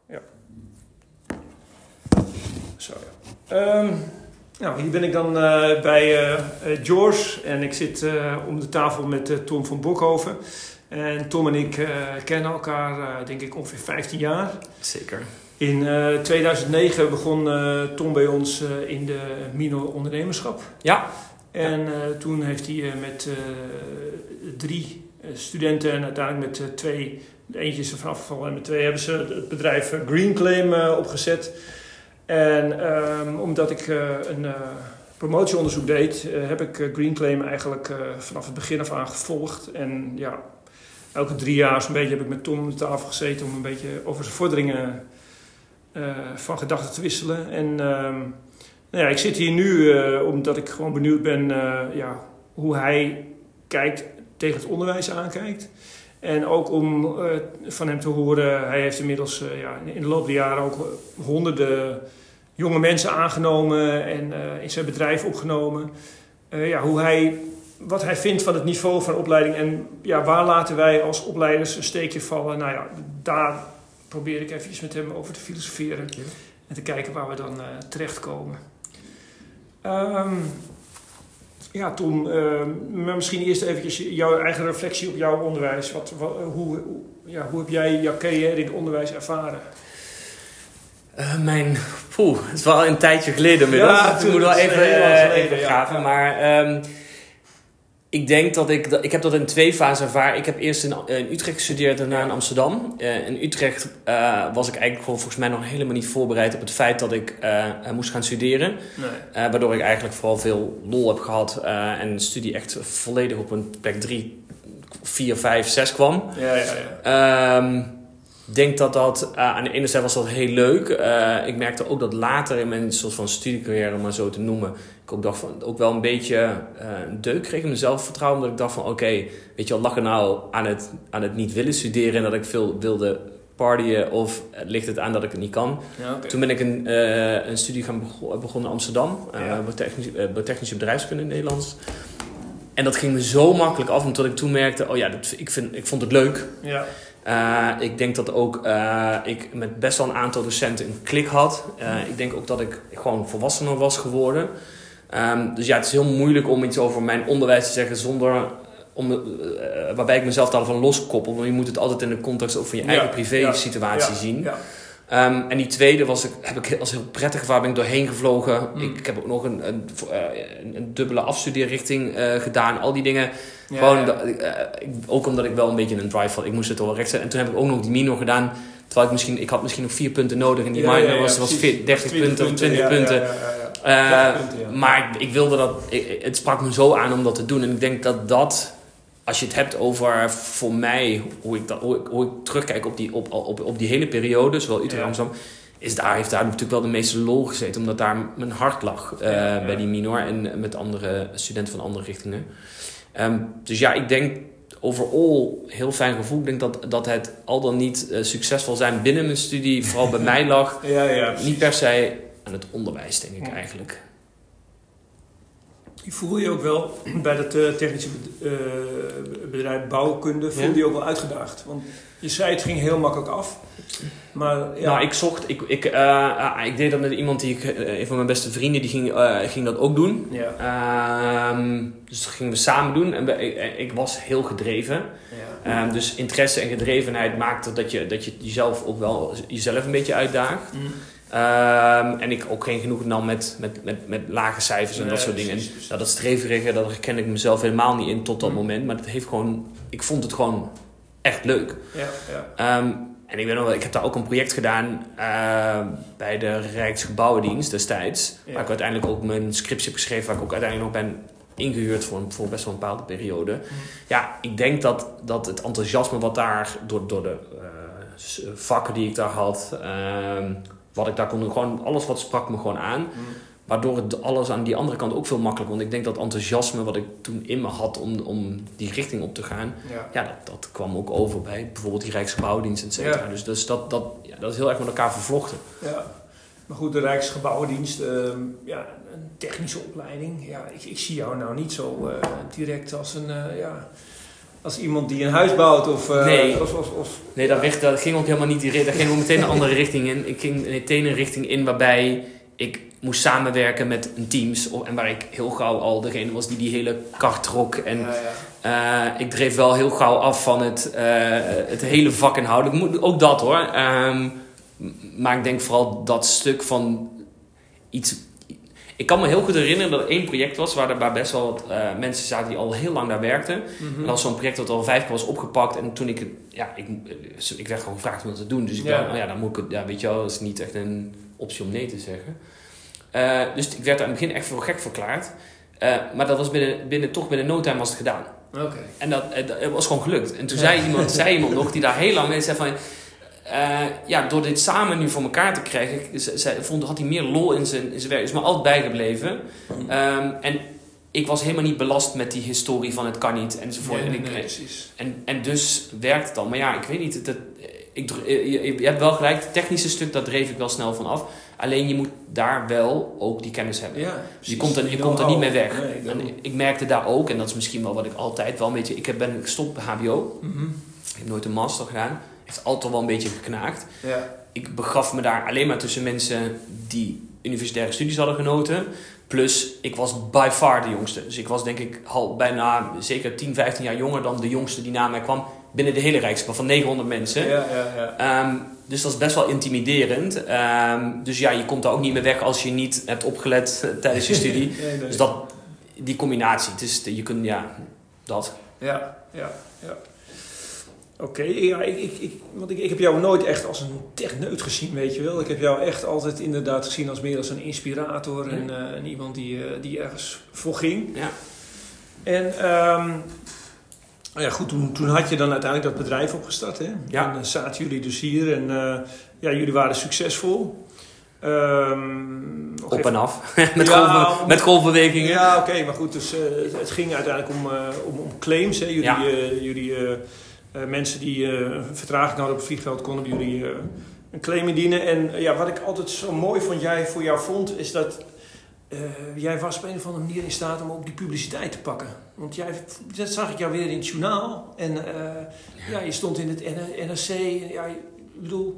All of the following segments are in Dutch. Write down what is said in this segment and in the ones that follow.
Ja. Zo ja. Nou, hier ben ik dan bij George en ik zit om de tafel met Tom van Bokhoven. En Tom en ik kennen elkaar denk ik ongeveer 15 jaar. Zeker. In 2009 begon Tom bij ons in de Mino ondernemerschap. Ja. En toen heeft hij met 3 studenten en uiteindelijk met 2, eentje is er vanaf gevallen en met 2 hebben ze het bedrijf Green Claim opgezet. En omdat ik een promotieonderzoek deed, heb ik Green Claim eigenlijk vanaf het begin af aan gevolgd. En ja, elke 3 jaar zo'n beetje heb ik met Tom aan de tafel gezeten om een beetje over zijn vorderingen van gedachten te wisselen. En nou ja, ik zit hier nu omdat ik gewoon benieuwd ben hoe hij tegen het onderwijs aankijkt. En ook om van hem te horen, hij heeft inmiddels in de loop der jaren ook honderden jonge mensen aangenomen en in zijn bedrijf opgenomen. Wat hij vindt van het niveau van opleiding en waar laten wij als opleiders een steekje vallen. Nou ja, daar probeer ik even met hem over te filosoferen en te kijken waar we dan terechtkomen. Tom, maar misschien eerst eventjes jouw eigen reflectie op jouw onderwijs. Hoe heb jij jouw carrière in het onderwijs ervaren? Het is wel een tijdje geleden inmiddels. Ja, ik moet wel even graven. Ja. Maar ik denk dat ik heb dat in 2 fasen ervaren. Ik heb eerst in Utrecht gestudeerd en daarna in Amsterdam. In Utrecht was ik eigenlijk gewoon volgens mij nog helemaal niet voorbereid op het feit dat ik moest gaan studeren. Nee. Waardoor ik eigenlijk vooral veel lol heb gehad en de studie echt volledig op een plek 3, 4, 5, 6 kwam. Ik denk dat aan de ene zijde was dat heel leuk. Ik merkte ook dat later in mijn soort van studiecarrière, om maar zo te noemen, ik ook dacht van ook wel een beetje een deuk kreeg in mijn zelfvertrouwen. Omdat ik dacht van oké, weet je wat, lag er nou aan het niet willen studeren en dat ik veel wilde partyen of ligt het aan dat ik het niet kan? Ja, okay. Toen ben ik een studie begonnen in Amsterdam, technische bedrijfskunde in het Nederlands. En dat ging me zo makkelijk af, omdat ik toen merkte, ik vond het leuk. Ja. Ik denk dat ook ik met best wel een aantal docenten een klik had. Ik denk ook dat ik gewoon volwassener was geworden. Dus ja, het is heel moeilijk om iets over mijn onderwijs te zeggen waarbij ik mezelf daarvan loskoppel. Want je moet het altijd in de context ook van je eigen privé situatie zien. Ja. En die tweede heb ik als heel prettig ervaren, ben ik doorheen gevlogen. Ik heb ook nog een dubbele afstudeerrichting gedaan. Al die dingen. Ook omdat ik wel een beetje een drive had. Ik moest het wel recht zetten. En toen heb ik ook nog die Mino gedaan. Terwijl ik had misschien nog 4 punten nodig. En die minor was 30 punten of 20 punten. Maar ik wilde dat. Het sprak me zo aan om dat te doen. En ik denk dat als je het hebt over voor mij hoe ik terugkijk op die hele periode, zowel Utrecht als Amsterdam, heeft daar natuurlijk wel de meeste lol gezeten, omdat daar mijn hart lag bij die minor en met andere studenten van andere richtingen. Dus ja, ik denk overal heel fijn gevoel. Ik denk dat het al dan niet succesvol zijn binnen mijn studie vooral bij mij lag. Niet per se aan het onderwijs, denk ik eigenlijk. Je voel je ook wel bij dat technische bedrijf bouwkunde, voelde je ook wel uitgedaagd? Want je zei het ging heel makkelijk af. Maar, Nou, ik deed dat met iemand een van mijn beste vrienden, die ging dat ook doen. Ja. Dus dat gingen we samen doen. En ik was heel gedreven. Ja. Dus interesse en gedrevenheid maakte dat je jezelf ook wel jezelf een beetje uitdaagt. En ik ook geen genoegen nam met lage cijfers en dat soort dingen. En dat streverige, daar herken ik mezelf helemaal niet in tot dat moment. Maar ik vond het gewoon echt leuk. En ik heb daar ook een project gedaan bij de Rijksgebouwendienst destijds. Waar ik uiteindelijk ook mijn scriptie heb geschreven, waar ik ook uiteindelijk nog ben ingehuurd voor best wel een bepaalde periode. Ja, ik denk dat het enthousiasme wat daar door de vakken die ik daar had, wat ik daar kon doen, gewoon alles wat sprak me gewoon aan. Waardoor het alles aan die andere kant ook veel makkelijker. Want ik denk dat enthousiasme wat ik toen in me had om die richting op te gaan, dat kwam ook over bij bijvoorbeeld die Rijksgebouwendienst, et cetera. Ja. Dus dat is heel erg met elkaar vervlochten. Ja. Maar goed, de Rijksgebouwendienst, een technische opleiding. Ja, ik zie jou nou niet zo direct als een als iemand die een huis bouwt of... Nee, nee dat ging ook helemaal niet die richting. Dat ging ook meteen een andere richting in. Ik ging meteen een richting in waarbij ik moest samenwerken met een teams. En waar ik heel gauw al degene was die hele kar trok. En ik dreef wel heel gauw af van het hele vak inhoudelijk. Ook dat hoor. Maar ik denk vooral dat stuk van iets... Ik kan me heel goed herinneren dat er één project was waar best wel wat mensen zaten die al heel lang daar werkten. Mm-hmm. En dat was zo'n project dat al 5 keer was opgepakt. En toen ik werd gewoon gevraagd om dat te doen. Dus ik dacht, dan moet ik het, weet je wel, dat is niet echt een optie om nee te zeggen. Dus ik werd aan het begin echt voor gek verklaard. Maar dat was binnen no time was het gedaan. Okay. En het was gewoon gelukt. En toen zei iemand nog die daar heel lang mee zei van... door dit samen nu voor elkaar te krijgen, had hij meer lol in zijn werk. Is me altijd bijgebleven. En ik was helemaal niet belast met die historie van het kan niet enzovoort. Nee, precies. En dus werkt het dan. Maar ja, ik weet niet. Je hebt wel gelijk, het technische stuk, daar dreef ik wel snel van af. Alleen je moet daar wel ook die kennis hebben. Ja, dus je komt er niet mee weg. Nee, en ik merkte daar ook, en dat is misschien wel wat ik altijd wel een beetje... Ik ben gestopt bij HBO. Mm-hmm. Ik heb nooit een master gedaan. Heeft altijd wel een beetje geknaagd. Ja. Ik begaf me daar alleen maar tussen mensen die universitaire studies hadden genoten. Plus, ik was by far de jongste. Dus ik was denk ik al bijna zeker 10, 15 jaar jonger dan de jongste die na mij kwam. Binnen de hele Rijksbaan van 900 mensen. Ja. Dus dat is best wel intimiderend. Dus ja, je komt daar ook niet meer weg als je niet hebt opgelet tijdens je studie. Nee. Dus die combinatie. Je kunt, dat. Ja. Oké, want ik heb jou nooit echt als een techneut gezien, weet je wel. Ik heb jou echt altijd inderdaad gezien als meer als een inspirator en iemand die ergens voor ging. Ja. En goed, toen had je dan uiteindelijk dat bedrijf opgestart, hè? Ja. En dan zaten jullie dus hier en jullie waren succesvol. Op en af, met golfbewegingen. Ja, oké, maar goed, dus het ging uiteindelijk om claims, hè? Jullie mensen die een vertraging hadden op het vliegveld, konden jullie een claim indienen. En wat ik altijd zo mooi voor jou vond, is dat jij was op een of andere manier in staat om ook die publiciteit te pakken. Want dat zag ik jou weer in het journaal. En je stond in het NRC. En, ik bedoel,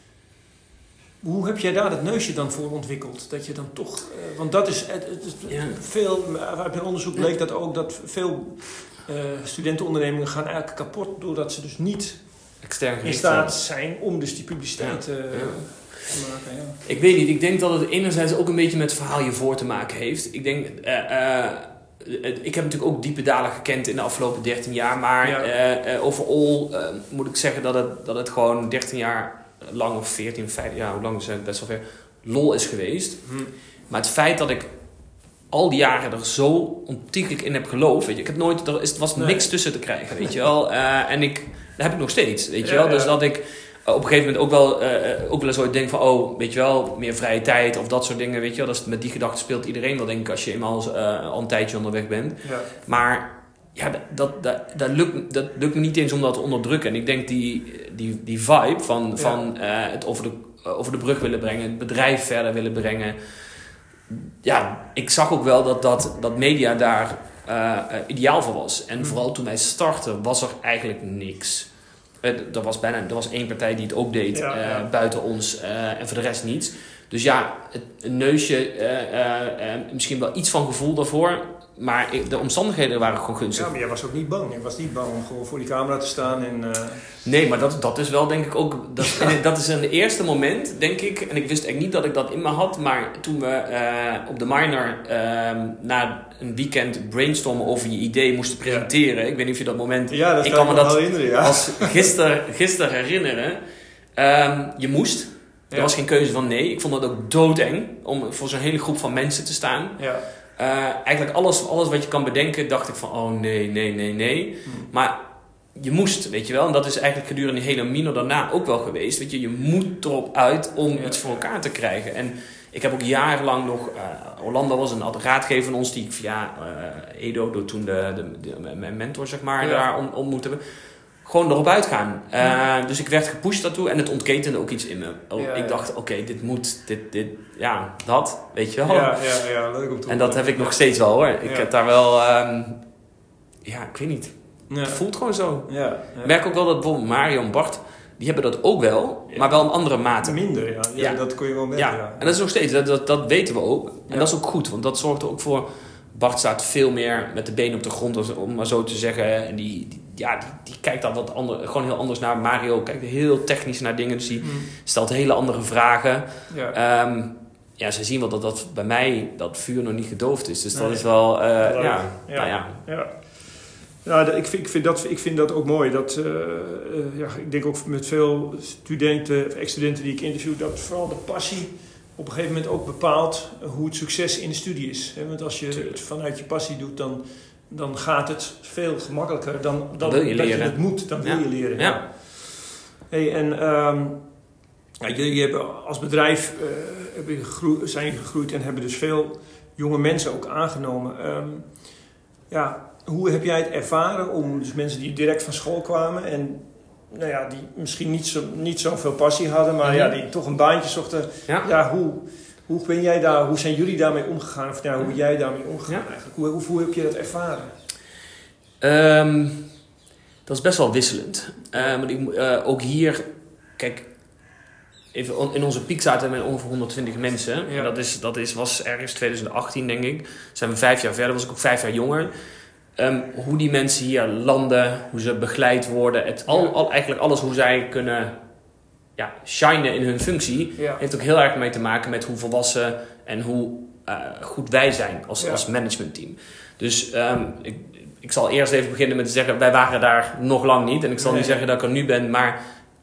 hoe heb jij daar dat neusje dan voor ontwikkeld? Dat je dan toch... want dat is veel... Uit mijn onderzoek bleek dat ook dat veel... studentenondernemingen gaan eigenlijk kapot doordat ze dus niet in staat zijn om dus die publiciteit te maken. Ja. Ik weet niet, ik denk dat het enerzijds ook een beetje met het verhaal je voor te maken heeft. Ik denk, ik heb natuurlijk ook diepe dalen gekend in de afgelopen 13 jaar, maar overal moet ik zeggen dat het gewoon 13 jaar lang of 14, 15 jaar, hoe lang is het best wel ver, lol is geweest. Maar het feit dat ik al die jaren er zo ontiegelijk in heb geloofd, weet je. Er was niks tussen te krijgen, weet je wel. En dat heb ik nog steeds, weet je wel. Dus dat ik op een gegeven moment ook wel eens ooit denk van, weet je wel, meer vrije tijd of dat soort dingen, weet je wel. Met die gedachte speelt iedereen wel, denk ik, als je eenmaal al een tijdje onderweg bent. Ja. Maar dat lukt me niet eens om dat te onderdrukken. En ik denk die vibe van het over de brug willen brengen, het bedrijf verder willen brengen. Ja, ik zag ook wel dat media daar ideaal voor was. En vooral toen wij startten was er eigenlijk niks. Er was één partij die het ook deed buiten ons en voor de rest niets. Dus ja, een neusje, misschien wel iets van gevoel daarvoor. Maar de omstandigheden waren gewoon gunstig. Ja, maar jij was ook niet bang. Je was niet bang om gewoon voor die camera te staan. Nee, maar dat is wel denk ik ook... Dat is een eerste moment, denk ik. En ik wist eigenlijk niet dat ik dat in me had. Maar toen we op de minor na een weekend brainstormen over je idee moesten presenteren. Ja. Ik weet niet of je dat moment... Ja, dat kan ik me wel herinneren. Ja. Als gisteren herinneren. Je moest. Er was geen keuze van nee. Ik vond dat ook doodeng om voor zo'n hele groep van mensen te staan. Ja. Eigenlijk alles wat je kan bedenken, dacht ik van nee. Maar je moest, weet je wel. En dat is eigenlijk gedurende die hele minor daarna ook wel geweest. Weet je, je moet erop uit om iets voor elkaar te krijgen. En ik heb ook jarenlang nog... Orlando was een raadgever van ons die ik via Edo, door toen mijn mentor zeg maar, daar ontmoet hebben. Gewoon erop uitgaan. Dus ik werd gepusht daartoe en het ontketende ook iets in me. Ik dacht, dit moet, dat, weet je wel. Ja, leuk om te En dat heb ik nog steeds wel hoor. Ik heb daar wel, ik weet niet. Het voelt gewoon zo. Ja. Ik merk ook wel dat bijvoorbeeld Mario en Bart, die hebben dat ook wel, maar wel in andere mate. Minder, ja. Dat kon je wel merken. Ja, en dat is nog steeds, dat weten we ook. En dat is ook goed, want dat zorgt er ook voor. Bart staat veel meer met de benen op de grond, om maar zo te zeggen. En die kijkt dan wat anders, gewoon heel anders naar. Mario kijkt heel technisch naar dingen, dus die stelt hele andere vragen. Ja. Ze zien wel dat bij mij dat vuur nog niet gedoofd is. Dus dat is wel, Ik vind dat ook mooi. Ik denk ook met veel studenten of ex-studenten die ik interview, dat vooral de passie op een gegeven moment ook bepaalt hoe het succes in de studie is. Want als je het vanuit je passie doet, dan gaat het veel gemakkelijker dan wil je dat leren. je het moet. Dan wil je leren. Ja. Hey, jullie hebben als bedrijf zijn gegroeid en hebben dus veel jonge mensen ook aangenomen. Hoe heb jij het ervaren om dus mensen die direct van school kwamen en die misschien niet zoveel passie hadden, maar die toch een baantje zochten. Ja. Hoe ben jij daar? Hoe zijn jullie daarmee omgegaan? Of hoe ben jij daarmee omgegaan eigenlijk? Hoe heb je dat ervaren? Dat is best wel wisselend. Ook hier, kijk, even in onze piek zaten we met ongeveer 120 mensen. Ja. En dat was ergens 2018, denk ik. Zijn we 5 jaar verder, was ik ook 5 jaar jonger. Hoe die mensen hier landen, hoe ze begeleid worden, eigenlijk alles hoe zij kunnen shinen in hun functie, heeft ook heel erg mee te maken met hoe volwassen en hoe goed wij zijn als managementteam. Dus ik zal eerst even beginnen met te zeggen, wij waren daar nog lang niet. En ik zal niet zeggen dat ik er nu ben, maar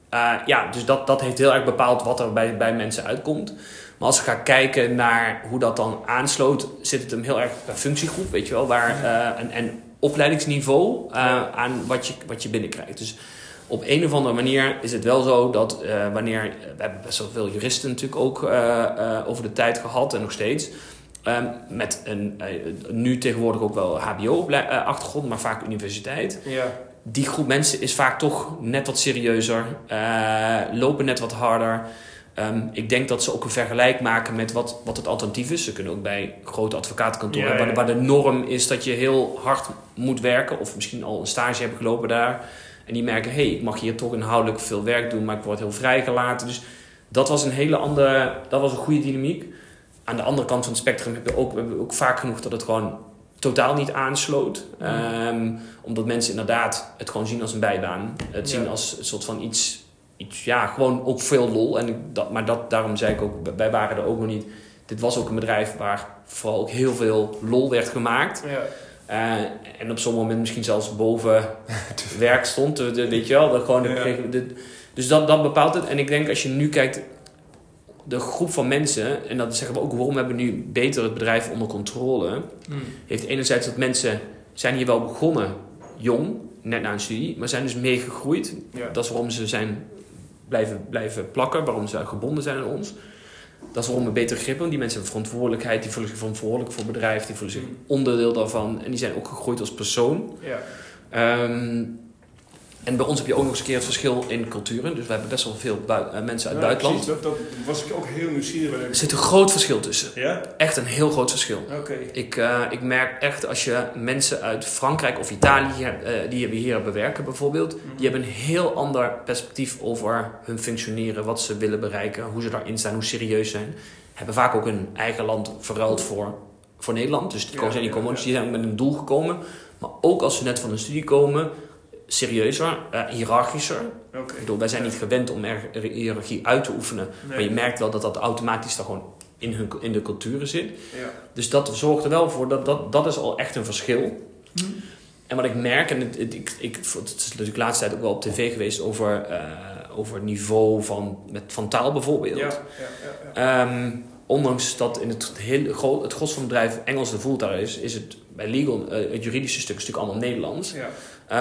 dus dat heeft heel erg bepaald wat er bij mensen uitkomt. Maar als ik ga kijken naar hoe dat dan aansloot, zit het hem heel erg bij functiegroep, weet je wel, waar en opleidingsniveau aan wat je binnenkrijgt. Dus op een of andere manier is het wel zo dat we hebben best wel veel juristen natuurlijk ook over de tijd gehad en nog steeds. Met nu tegenwoordig ook wel HBO-achtergrond, maar vaak universiteit. Ja. Die groep mensen is vaak toch net wat serieuzer, lopen net wat harder. Ik denk dat ze ook een vergelijk maken met wat het alternatief is. Ze kunnen ook bij grote advocatenkantoren, waar de norm is dat je heel hard moet werken, of misschien al een stage hebben gelopen daar. En die merken, ik mag hier toch inhoudelijk veel werk doen, maar ik word heel vrijgelaten. Dus dat was dat was een goede dynamiek. Aan de andere kant van het spectrum hebben we ook vaak genoeg dat het gewoon totaal niet aansloot. Omdat mensen inderdaad het gewoon zien als een bijbaan. Het zien als een soort van iets gewoon ook veel lol. Daarom zei ik ook, wij waren er ook nog niet. Dit was ook een bedrijf waar vooral ook heel veel lol werd gemaakt. Ja. En op zo'n moment misschien zelfs boven werk stond. Weet je wel. Dus dat bepaalt het. En ik denk als je nu kijkt, de groep van mensen, en dat zeggen we ook, waarom hebben we nu beter het bedrijf onder controle, heeft enerzijds dat mensen zijn hier wel begonnen jong, net na een studie, maar zijn dus meegegroeid. Ja. Dat is waarom ze zijn blijven plakken, waarom ze gebonden zijn aan ons. Dat is waarom we beter grip hebben. Die mensen hebben verantwoordelijkheid, die voelen zich verantwoordelijk voor het bedrijf, die voelen zich onderdeel daarvan en die zijn ook gegroeid als persoon. Ja. En bij ons heb je ook nog eens een keer het verschil in culturen. Dus we hebben best wel veel mensen uit het buitenland. Precies, dat was ik ook heel nieuwsgierig bij. Er zit een groot verschil tussen. Ja? Echt een heel groot verschil. Okay. Ik merk echt als je mensen uit Frankrijk of Italië die we hier bewerken bijvoorbeeld. Die hebben een heel ander perspectief over hun functioneren. Wat ze willen bereiken. Hoe ze daarin staan. Hoe serieus zijn. Hebben vaak ook hun eigen land verruild voor Nederland. Dus die zijn ook met een doel gekomen. Maar ook als ze net van een studie komen, serieuzer, hiërarchischer. Okay. Ik bedoel, wij zijn niet gewend om hiërarchie uit te oefenen. Nee. Maar je merkt wel dat automatisch daar gewoon in de culturen zit. Ja. Dus dat zorgt er wel voor, dat is al echt een verschil. En wat ik merk, en het is natuurlijk de laatste tijd ook wel op tv geweest over het niveau van taal bijvoorbeeld. Ja. Ondanks dat in het gros van het bedrijf Engels de voertaal is het bij legal, het juridische stuk is natuurlijk allemaal Nederlands. Ja.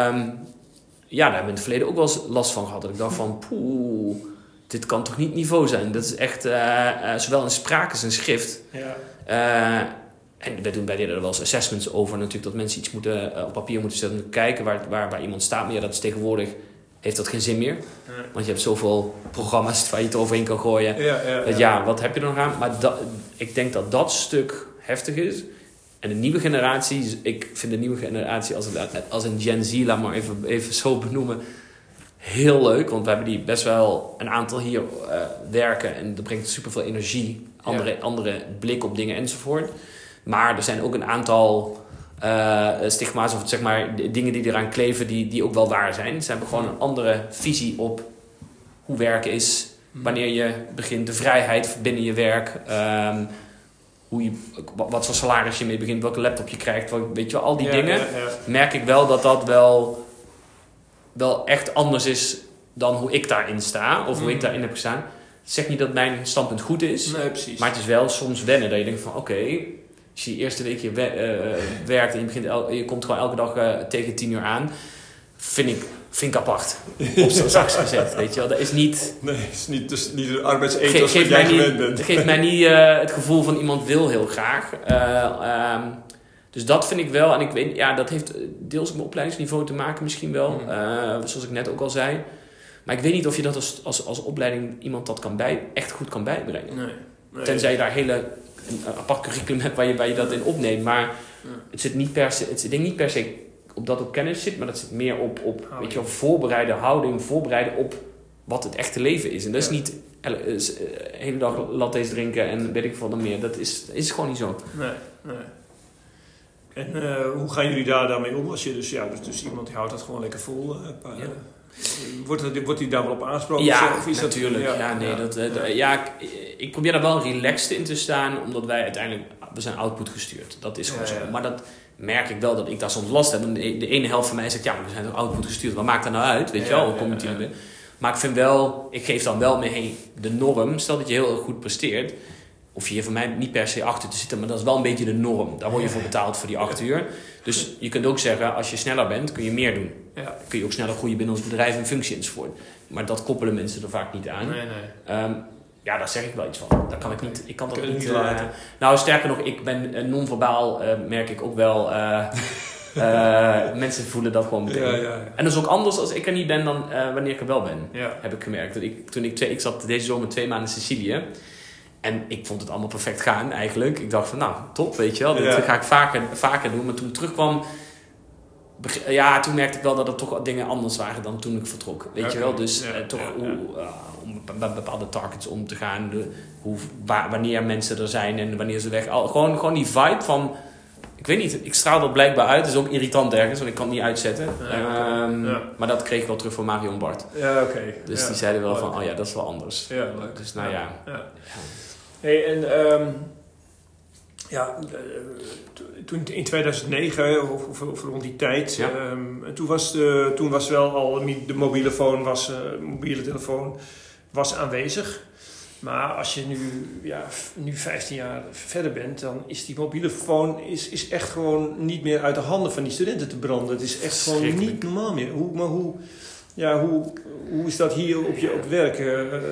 Daar hebben we in het verleden ook wel eens last van gehad. Dat ik dacht van, dit kan toch niet niveau zijn? Dat is echt, zowel in spraak als in schrift. Ja. En wij deden er wel eens assessments over natuurlijk, dat mensen iets op papier moeten zetten om te kijken waar iemand staat. Maar dat is tegenwoordig, heeft dat geen zin meer. Ja. Want je hebt zoveel programma's waar je het overheen kan gooien. Wat heb je er nog aan? Maar ik denk dat stuk heftig is. En de nieuwe generatie, ik vind de nieuwe generatie als een Gen Z, laat maar even zo benoemen, heel leuk. Want we hebben die best wel een aantal hier werken en dat brengt superveel energie, andere blik op dingen enzovoort. Maar er zijn ook een aantal stigma's of zeg maar dingen die eraan kleven die ook wel waar zijn. Ze hebben gewoon een andere visie op hoe werken is, wanneer je begint, de vrijheid binnen je werk, wat voor salaris je mee begint, welke laptop je krijgt, weet je wel, al die dingen. Merk ik wel dat wel echt anders is dan hoe ik daarin sta of hoe ik daarin heb gestaan. Ik zeg niet dat mijn standpunt goed is, nee, precies. Maar het is wel soms wennen dat je denkt van oké, als je de eerste week je werkt en je komt gewoon elke dag tegen 10 uur aan, vind ik apart. Op zo'n zachts gezet, weet je wel. Dat is niet... Nee, het is niet de arbeidsethos wat jij gewend bent. Het geeft mij niet het gevoel van iemand wil heel graag. Dus dat vind ik wel. En ik weet, dat heeft deels met mijn opleidingsniveau te maken misschien wel. Zoals ik net ook al zei. Maar ik weet niet of je dat als opleiding iemand dat echt goed kan bijbrengen. Nee. Tenzij je daar een apart curriculum hebt waar je dat in opneemt. Maar het zit niet per se... Ik denk niet per se op dat op kennis zit, maar dat zit meer op weet je wel, voorbereiden op wat het echte leven is. En dat is niet de hele dag lattes drinken en weet ik veel dan meer. Dat is gewoon niet zo. Nee. En hoe gaan jullie daarmee om? Als je dus iemand die houdt dat gewoon lekker vol. Wordt die daar wel op aangesproken? Ja, of is natuurlijk. Ik probeer daar wel relaxed in te staan, omdat wij uiteindelijk, we zijn output gestuurd. Dat is gewoon zo. Maar dat merk ik wel dat ik daar soms last heb. En de ene helft van mij zegt, maar we zijn toch output gestuurd. Wat maakt dat nou uit? Weet je wel? Hoe komt die binnen? Maar ik vind wel, ik geef dan wel mee, de norm. Stel dat je heel goed presteert. Of je van mij niet per se 8 uur te zitten, maar dat is wel een beetje de norm. Daar word je voor betaald voor die 8 uur. Dus je kunt ook zeggen, als je sneller bent, kun je meer doen. Ja. Kun je ook sneller groeien binnen ons bedrijf en functie enzovoort. Maar dat koppelen mensen er vaak niet aan. Nee. Daar zeg ik wel iets van. Dat kan ik niet. Ik kan dat niet laten. Nou, sterker nog, ik ben non-verbaal, merk ik ook wel. Mensen voelen dat gewoon meteen. En dat is ook anders als ik er niet ben dan wanneer ik er wel ben. Ja. Heb ik gemerkt. Ik zat deze zomer 2 maanden in Sicilië. En ik vond het allemaal perfect gaan eigenlijk. Ik dacht van nou, top, weet je wel. Dit ga ik vaker doen. Maar toen ik terugkwam, toen merkte ik wel dat er toch dingen anders waren dan toen ik vertrok. Weet je wel. Dus om met bepaalde targets om te gaan. Wanneer mensen er zijn en wanneer ze weg. Gewoon die vibe van... Ik weet niet, ik straal dat blijkbaar uit. Dat is ook irritant ergens, want ik kan het niet uitzetten. Maar dat kreeg ik wel terug van Mario en Bart. Ja, oké. Dus die zeiden wel van, dat is wel anders. Ja, leuk. Dus Hey, en toen in 2009 of rond die tijd, toen was wel al de mobiele telefoon was aanwezig. Maar als je nu 15 jaar verder bent, dan is die mobiele telefoon is echt gewoon niet meer uit de handen van die studenten te branden. Het is echt gewoon niet normaal meer. Hoe is dat hier op werk?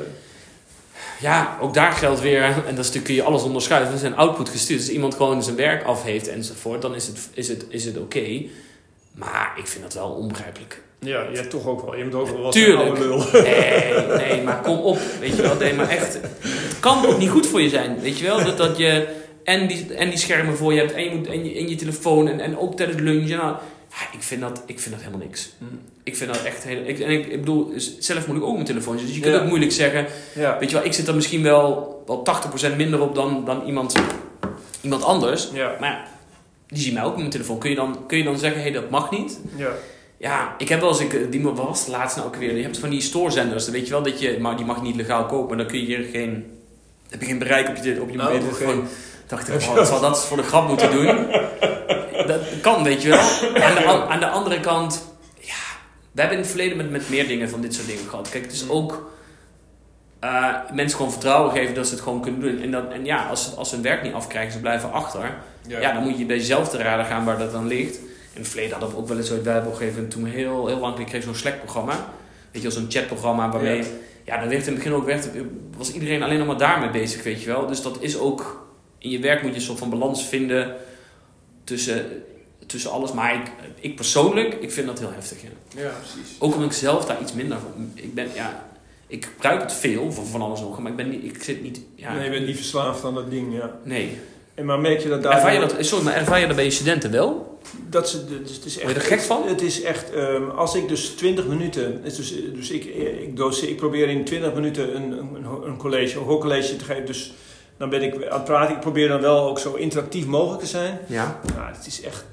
Ook daar geldt weer, en dat is natuurlijk, kun je alles onderschuiven. We zijn output gestuurd. Als iemand gewoon zijn werk af heeft enzovoort, dan is het oké. Maar ik vind dat wel onbegrijpelijk. Ja, toch ook wel. Je moet ook wel wat Tuurlijk. Oude lul. Nee, maar kom op. Weet je wel. Nee, maar echt. Het kan ook niet goed voor je zijn. Weet je wel. Dat je en die schermen voor je hebt. En je telefoon. En ook tijdens lunch. Ik vind dat helemaal niks. Ik vind dat echt heel... Ik bedoel, zelf moet ik ook mijn telefoon zitten. Dus je kunt ook moeilijk zeggen... Weet je wel, ik zit er misschien wel 80% minder op dan iemand anders. Ja. Maar die zien mij ook met mijn telefoon. Kun je dan zeggen, dat mag niet? Ja, ik heb wel eens... Die was laatst nou ook weer... Je hebt van die stoorzenders. Dan weet je wel maar die mag je niet legaal kopen. Maar dan kun je hier heb je geen bereik op je mobiele telefoon. Dacht ik, ik zal dat voor de grap moeten doen. Dat kan, weet je wel. Aan de andere kant... we hebben in het verleden met meer dingen van dit soort dingen gehad. Kijk, het is ook... mensen gewoon vertrouwen geven dat ze het gewoon kunnen doen. Als ze hun werk niet afkrijgen, ze blijven achter. Dan moet je bij jezelf te raden gaan waar dat dan ligt. In het verleden hadden we ook wel eens ooit... Wij hebben op een gegeven moment toen heel lang geleden kreeg zo'n Slack-programma. Weet je wel, zo'n chatprogramma waarmee... dan werd in het begin ook... was iedereen alleen nog maar daarmee bezig, weet je wel. Dus dat is ook... In je werk moet je een soort van balans vinden tussen alles. Maar ik persoonlijk, ik vind dat heel heftig. Ja, precies. Ook omdat ik zelf daar iets minder van... Ik gebruik het veel, van alles nog. Maar ik zit niet... Nee, je bent niet verslaafd aan dat ding, Nee. Maar merk je dat daar... Ervaar je dat bij je studenten wel? Dus het is echt, word je er gek van? Het is echt... als ik dus 20 minuten... Dus ik probeer in 20 minuten een hoorcollege te geven. Dus dan ben ik aan het praten. Ik probeer dan wel ook zo interactief mogelijk te zijn. Ja. Nou, het is echt...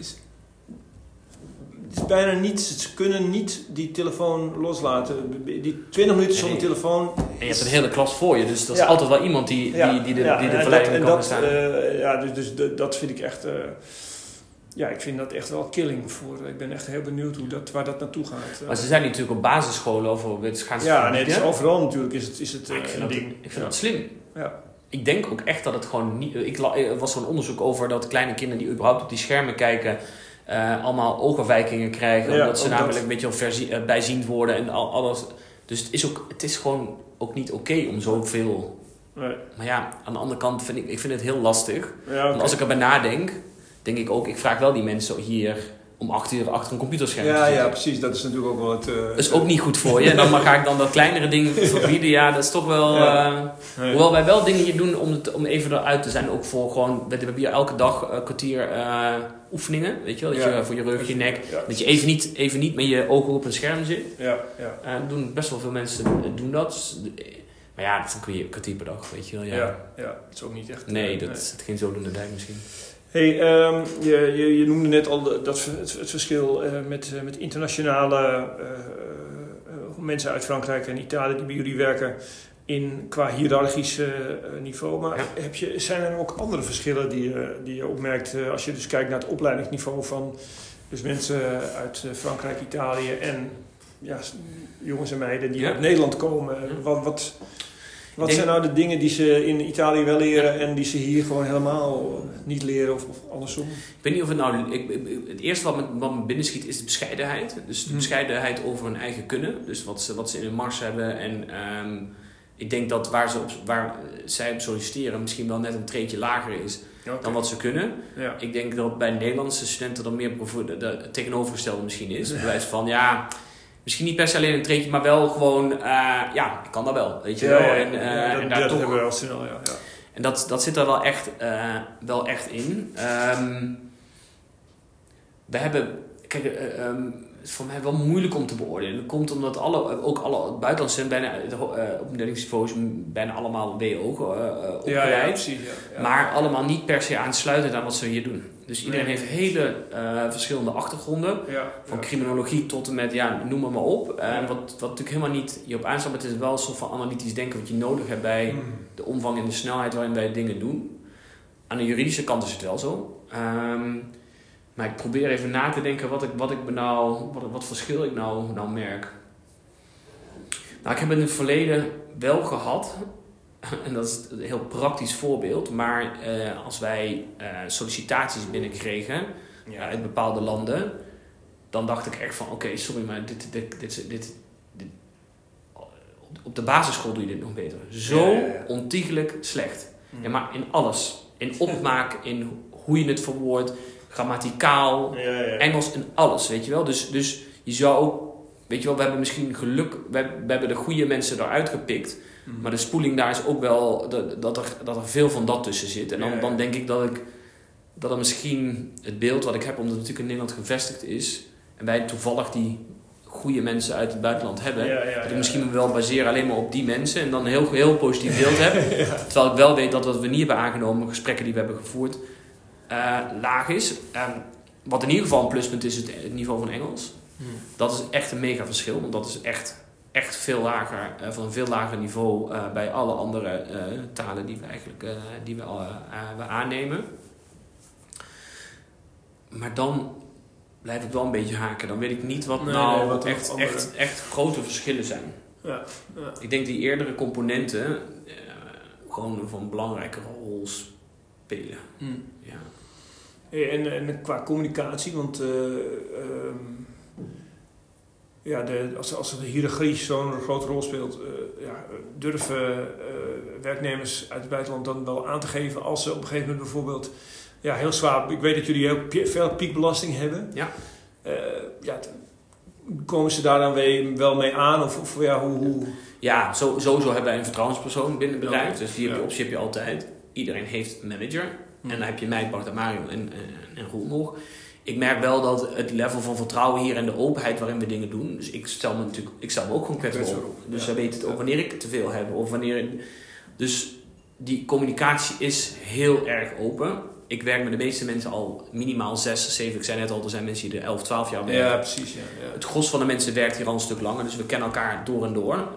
Het is bijna niets. Ze kunnen niet die telefoon loslaten. Die 20 minuten zonder telefoon... En je hebt een hele klas voor je. Dus dat is altijd wel iemand die de verleiding kan bestaan. Dus dat vind ik echt... ik vind dat echt wel killing voor. Ik ben echt heel benieuwd waar dat naartoe gaat. Maar ze zijn natuurlijk op basisscholen over wetenschappelijke het is overal natuurlijk is het ik vind dat slim. Ja. Ik denk ook echt dat het gewoon niet... Er was zo'n onderzoek over dat kleine kinderen die überhaupt op die schermen kijken... allemaal oogafwijkingen krijgen. Omdat ze namelijk een beetje bijziend worden en alles. Dus het is gewoon ook niet oké om zoveel... Nee. Maar ja, aan de andere kant vind ik het heel lastig. Ja, okay. Want als ik erbij nadenk, denk ik ook... Ik vraag wel die mensen hier om 8 uur achter een computerscherm te zitten. Ja, precies. Dat is natuurlijk ook wel het... Dat is ook niet goed voor je. En dan ga ik dan dat kleinere ding verbieden. Ja, dat is toch wel... Hoewel wij wel dingen hier doen om even eruit te zijn. Ook voor gewoon... We hebben hier elke dag een kwartier oefeningen. Weet je wel? Dat je voor je rug, je nek... Ja. Dat je even niet met je ogen op een scherm zit. Ja. Doen best wel veel mensen doen dat. Maar ja, dat is dan een kwartier per dag. Weet je wel. Ja, dat is ook niet echt... Nee, dat is geen zodoende dijk misschien. Hey, je noemde net al het verschil met internationale mensen uit Frankrijk en Italië die bij jullie werken qua hiërarchisch niveau. Maar zijn er ook andere verschillen die je opmerkt als je dus kijkt naar het opleidingsniveau van dus mensen uit Frankrijk, Italië en jongens en meiden die uit Nederland komen? Wat zijn nou de dingen die ze in Italië wel leren en die ze hier gewoon helemaal niet leren of andersom? Ik weet niet of het nou... Het eerste wat me binnenschiet is de bescheidenheid. Dus de bescheidenheid over hun eigen kunnen. Dus wat ze in hun mars hebben. En ik denk dat waar zij op solliciteren misschien wel net een treedje lager is dan wat ze kunnen. Ja. Ik denk dat bij Nederlandse studenten dan meer het tegenovergestelde misschien is. Bij wijze van misschien niet per se alleen een treetje, maar wel gewoon, ik kan dat wel, weet je wel. En dat hebben we wel snel, ja. En dat zit er wel echt in. We hebben, kijk, het is voor mij wel moeilijk om te beoordelen. Dat komt omdat alle buitenlandse opleidingsniveaus bijna allemaal WO opgeleid. Ja, precies, ja. Maar allemaal niet per se aansluitend aan wat ze hier doen. Dus iedereen heeft hele verschillende achtergronden. Ja, van criminologie tot en met, noem maar op. Wat natuurlijk helemaal niet hierop aanstaat, maar het is wel een soort van analytisch denken wat je nodig hebt bij de omvang en de snelheid waarin wij dingen doen. Aan de juridische kant is het wel zo. Maar ik probeer even na te denken wat verschil ik nou merk. Nou, ik heb in het verleden wel gehad, en dat is een heel praktisch voorbeeld, maar als wij sollicitaties binnenkregen uit bepaalde landen, dan dacht ik echt van oké, sorry, maar dit op de basisschool doe je dit nog beter. Zo ontiegelijk slecht. Ja, maar in alles. In opmaak, in hoe je het verwoordt, grammaticaal, Engels en alles, weet je wel. Dus je zou ook, weet je wel, we hebben misschien geluk, we hebben de goede mensen eruit gepikt, maar de spoeling daar is ook wel dat er veel van dat tussen zit. En dan denk ik dat er misschien het beeld wat ik heb, omdat het natuurlijk in Nederland gevestigd is, en wij toevallig die goede mensen uit het buitenland hebben, dat ik misschien wel baseer alleen maar op die mensen en dan een heel, heel positief beeld heb. Terwijl ik wel weet dat wat we niet hebben aangenomen, gesprekken die we hebben gevoerd, laag is. Wat in ieder geval een pluspunt is, het niveau van Engels. Dat is echt een mega verschil, want dat is echt veel lager, van een veel lager niveau bij alle andere talen die we eigenlijk we aannemen. Maar dan blijf ik wel een beetje haken. Dan weet ik niet wat echt grote verschillen zijn. Ja. Ik denk die eerdere componenten gewoon van een belangrijke rol spelen. Ja. En qua communicatie, want als de hiërarchie zo'n grote rol speelt, durven werknemers uit het buitenland dan wel aan te geven als ze op een gegeven moment bijvoorbeeld heel zwaar. Ik weet dat jullie heel veel piekbelasting hebben. Ja. Komen ze daar dan wel mee aan? Of hoe? Ja, sowieso hebben wij een vertrouwenspersoon binnen het bedrijf. Dus die optie heb je altijd. Iedereen heeft een manager. En dan heb je mij, Bart en Mario en Roel nog. Ik merk wel dat het level van vertrouwen hier en de openheid waarin we dingen doen. Dus ik stel me ook gewoon kwetsbaar op. Dus zij weten het ook wanneer ik te veel heb. Of wanneer. Dus die communicatie is heel erg open. Ik werk met de meeste mensen al minimaal 6, 7. Ik zei net al, er zijn mensen die er 11, 12 jaar werken. Ja, precies. Ja. Het gros van de mensen werkt hier al een stuk langer. Dus we kennen elkaar door en door.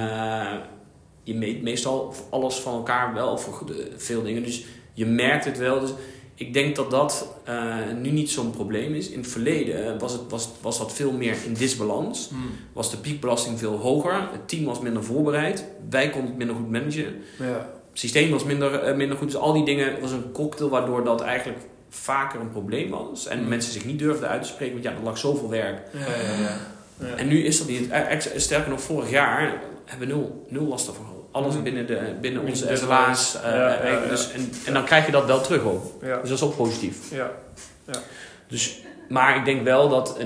Je meet meestal alles van elkaar wel. Of veel dingen. Dus je merkt het wel. Dus ik denk dat nu niet zo'n probleem is. In het verleden was dat veel meer in disbalans. Was de piekbelasting veel hoger. Het team was minder voorbereid. Wij konden het minder goed managen. Ja. Het systeem was minder goed. Dus al die dingen was een cocktail waardoor dat eigenlijk vaker een probleem was. En mensen zich niet durfden uit te spreken. Want er lag zoveel werk. Ja. En nu is dat niet. Sterker nog, vorig jaar hebben we nul last ervan. Alles binnen onze SLA's. Dus, en dan krijg je dat wel terug ook. Ja. Dus dat is ook positief. Ja. Dus, maar ik denk wel dat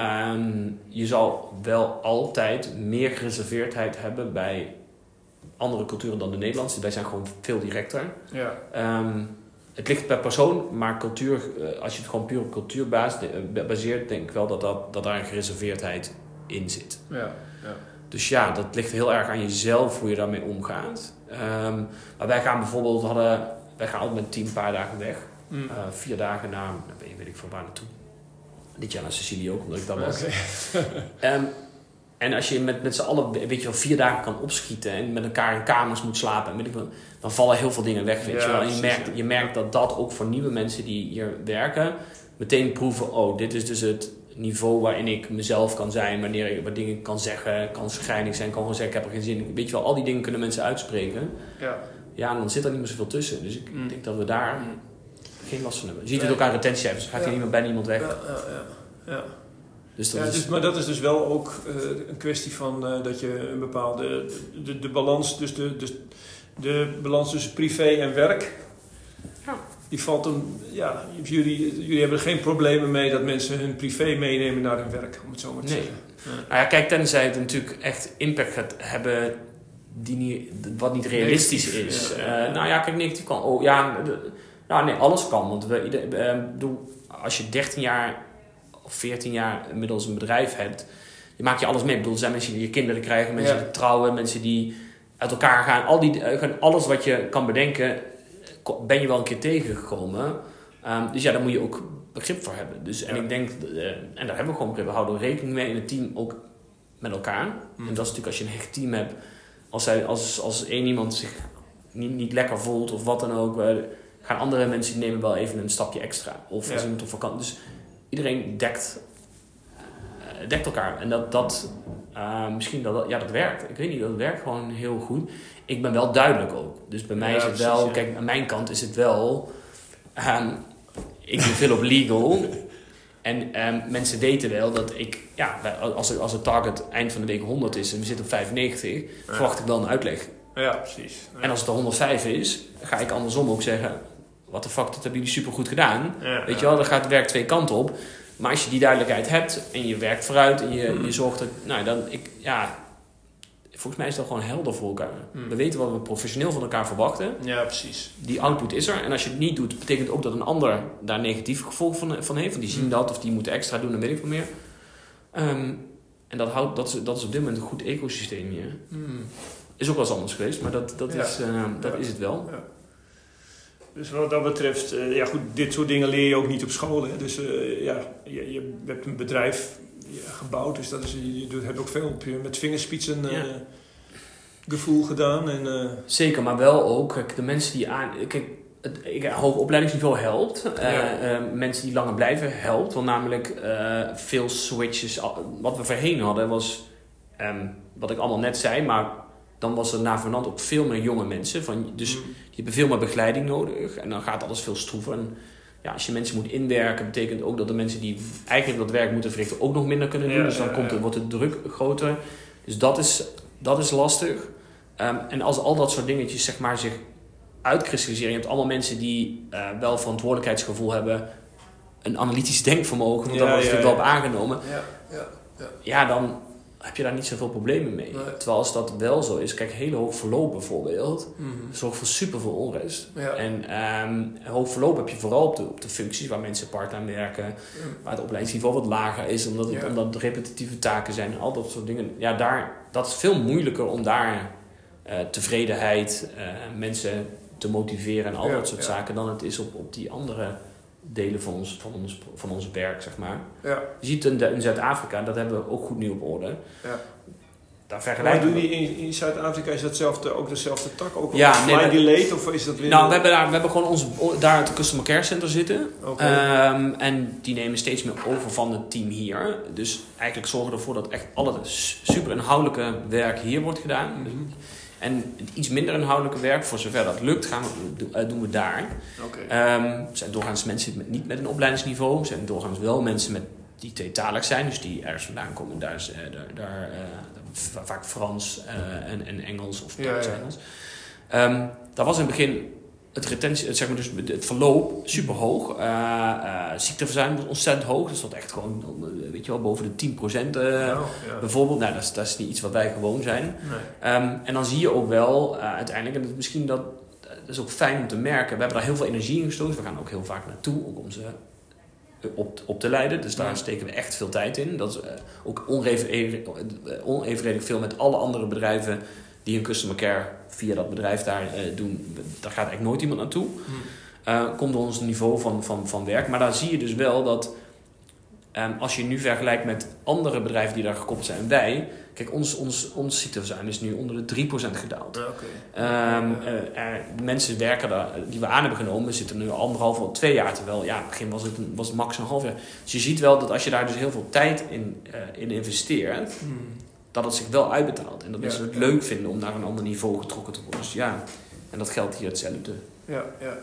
je zal wel altijd meer gereserveerdheid hebben bij andere culturen dan de Nederlandse. Wij zijn gewoon veel directer. Ja. Het ligt per persoon, maar cultuur, als je het gewoon puur op cultuur baseert, denk ik wel dat daar een gereserveerdheid in zit. Ja. Dus ja, dat ligt heel erg aan jezelf hoe je daarmee omgaat. Maar wij gaan bijvoorbeeld, wij gaan altijd met een team een paar dagen weg. 4 dagen naar, weet ik van waar naartoe. Dit jaar naar Sicilië ook, omdat ik daar was. Okay. En als je met z'n allen, weet je wel, 4 dagen kan opschieten en met elkaar in kamers moet slapen, en weet ik wel, dan vallen heel veel dingen weg, weet je wel. En je merkt dat ook voor nieuwe mensen die hier werken, meteen proeven, dit is dus het niveau waarin ik mezelf kan zijn, wanneer ik wat dingen kan zeggen, kan schrijnig zijn, kan gewoon zeggen, ik heb er geen zin in. Weet je wel, al die dingen kunnen mensen uitspreken. Ja, en dan zit er niet meer zoveel tussen. Dus ik denk dat we daar geen last van hebben. Je ziet het ook aan retentiecijfers, gaat hier bijna niemand weg. Ja. Dus maar dat is dus wel ook een kwestie van dat je een bepaalde de balans, dus de balans tussen privé en werk, die valt dan, jullie hebben er geen problemen mee dat mensen hun privé meenemen naar hun werk, om het zo maar te zeggen. Nou ja, kijk, tenzij het natuurlijk echt impact gaat hebben wat niet realistisch is. Nou ja, kijk, negatief kan. Nee, alles kan. Want als je 13 jaar of 14 jaar inmiddels een bedrijf hebt, je maakt je alles mee. Ik bedoel, er zijn mensen die je kinderen krijgen, mensen die trouwen, mensen die uit elkaar gaan. Alles wat je kan bedenken, ben je wel een keer tegengekomen. Dus ja, daar moet je ook begrip voor hebben. Dus, en ik denk, en daar hebben we gewoon begrip. We houden rekening mee in het team ook met elkaar. En dat is natuurlijk als je een hecht team hebt. Als één iemand zich niet lekker voelt of wat dan ook, gaan andere mensen nemen wel even een stapje extra. Of als iemand op vakantie. Dus iedereen dekt elkaar. En misschien dat werkt. Ik weet niet, dat werkt gewoon heel goed. Ik ben wel duidelijk ook. Dus bij mij is het wel, kijk, aan mijn kant is het wel, ik doe veel op legal. En mensen weten wel dat ik, als het target eind van de week 100 is en we zitten op 95, verwacht ik wel een uitleg. Ja, precies. Ja. En als het er 105 is, ga ik andersom ook zeggen, what the fuck, dat hebben jullie supergoed gedaan. Weet je wel, dan gaat het werk 2 kanten op. Maar als je die duidelijkheid hebt en je werkt vooruit en je zorgt dat, volgens mij is dat gewoon helder voor elkaar. We weten wat we professioneel van elkaar verwachten. Ja, precies. Die output is er. En als je het niet doet, betekent ook dat een ander daar negatief gevolg van heeft. Want die zien dat of die moeten extra doen en weet ik veel meer. En dat is op dit moment een goed ecosysteem hier. Is ook wel eens anders geweest, maar dat is het wel. Ja. Dus wat dat betreft, dit soort dingen leer je ook niet op school. Hè? Dus je hebt een bedrijf gebouwd, dus je hebt ook veel met vingerspitsen gevoel gedaan. Zeker, maar wel ook de mensen die hoog opleidingsniveau helpt. Mensen die langer blijven helpt. Want namelijk veel switches. Wat we voorheen hadden was, wat ik allemaal net zei, maar dan was er na Fernand ook veel meer jonge mensen. Die hebben veel meer begeleiding nodig. En dan gaat alles veel stroever. En als je mensen moet inwerken, betekent ook dat de mensen die eigenlijk dat werk moeten verrichten ook nog minder kunnen doen. Dus dan wordt de druk groter. Dus dat is lastig. En als al dat soort dingetjes zeg maar zich uitkristalliseren. Je hebt allemaal mensen die wel verantwoordelijkheidsgevoel hebben. Een analytisch denkvermogen. Want daar wordt natuurlijk wel op aangenomen. Dan heb je daar niet zoveel problemen mee. Nee. Terwijl als dat wel zo is, kijk, hele hoog verloop bijvoorbeeld, zorgt voor superveel onrust. Ja. En hoog verloop heb je vooral op de functies waar mensen part-time werken, waar het opleidingsniveau wat lager is, omdat het repetitieve taken zijn en al dat soort dingen. Ja, dat is veel moeilijker om daar tevredenheid, mensen te motiveren en al dat soort zaken dan het is op die andere delen van ons werk, zeg maar. Ja. Je ziet in Zuid-Afrika, dat hebben we ook goed nu op orde. Ja. Daar vergelijken maar doe je in Zuid-Afrika, is dat ook dezelfde tak? Ook fly delayed of is dat weer... Nou, we hebben gewoon daar het Customer Care Center zitten. Okay. En die nemen steeds meer over van het team hier. Dus eigenlijk zorgen we ervoor dat echt al het super inhoudelijke werk hier wordt gedaan. Mm-hmm. En het iets minder inhoudelijke werk, voor zover dat lukt, doen we daar. Okay. Er zijn doorgaans mensen niet met een opleidingsniveau. Er zijn doorgaans wel mensen die tweetalig zijn. Dus die ergens vandaan komen. Daar vaak Frans en Engels of Duits Engels. Dat was in het begin het verloop super hoog. Ziekteverzuim was ontzettend hoog. Dat stond echt gewoon, boven de 10% bijvoorbeeld. Nou, dat is niet iets wat wij gewoon zijn. Nee. En dan zie je ook wel uiteindelijk, en misschien dat is ook fijn om te merken. We hebben daar heel veel energie in gestoken. We gaan ook heel vaak naartoe, ook om ze op te leiden. Dus daar steken we echt veel tijd in. Dat is ook onevenredig veel met alle andere bedrijven die een customer care via dat bedrijf daar doen. Daar gaat eigenlijk nooit iemand naartoe. Komt door ons niveau van werk. Maar daar zie je dus wel dat als je nu vergelijkt met andere bedrijven die daar gekoppeld zijn en wij. Kijk, ons ziekteverzuim is nu onder de 3% gedaald. Mensen werken daar, die we aan hebben genomen, zitten nu 1,5 of 2 jaar. Terwijl, in het begin was het max een half jaar. Dus je ziet wel dat als je daar dus heel veel tijd in investeert, dat het zich wel uitbetaalt. En dat mensen het leuk vinden om naar een ander niveau getrokken te worden. Dus en dat geldt hier hetzelfde. Ja.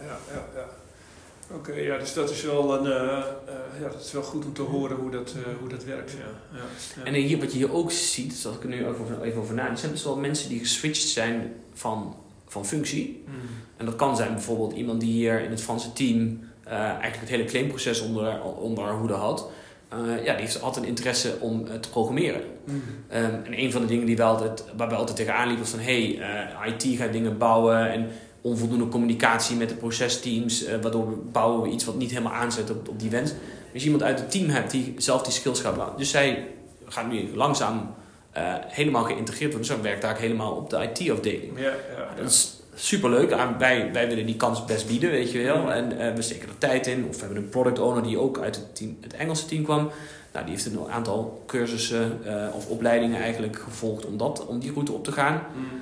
Oké, dus dat is wel dat is wel goed om te horen hoe dat werkt. Ja. En hier, wat je hier ook ziet, zoals ik er nu even over nadenk, zijn dus wel mensen die geswitcht zijn van functie. En dat kan zijn bijvoorbeeld iemand die hier in het Franse team eigenlijk het hele claimproces onder haar hoede had. Die heeft altijd interesse om te programmeren. En een van de dingen waar we altijd tegenaan liepen was van IT gaat dingen bouwen en onvoldoende communicatie met de procesteams, waardoor bouwen we iets wat niet helemaal aanzet op die wens. Als je iemand uit het team hebt die zelf die skills gaat bouwen. Dus zij gaat nu langzaam helemaal geïntegreerd worden. Dus zij werkt daar helemaal op de IT-afdeling. Dat is superleuk. Wij willen die kans best bieden, weet je wel. En we steken er tijd in. Of we hebben een product owner die ook uit het Engelse team kwam. Nou, die heeft een aantal cursussen of opleidingen eigenlijk gevolgd om die route op te gaan.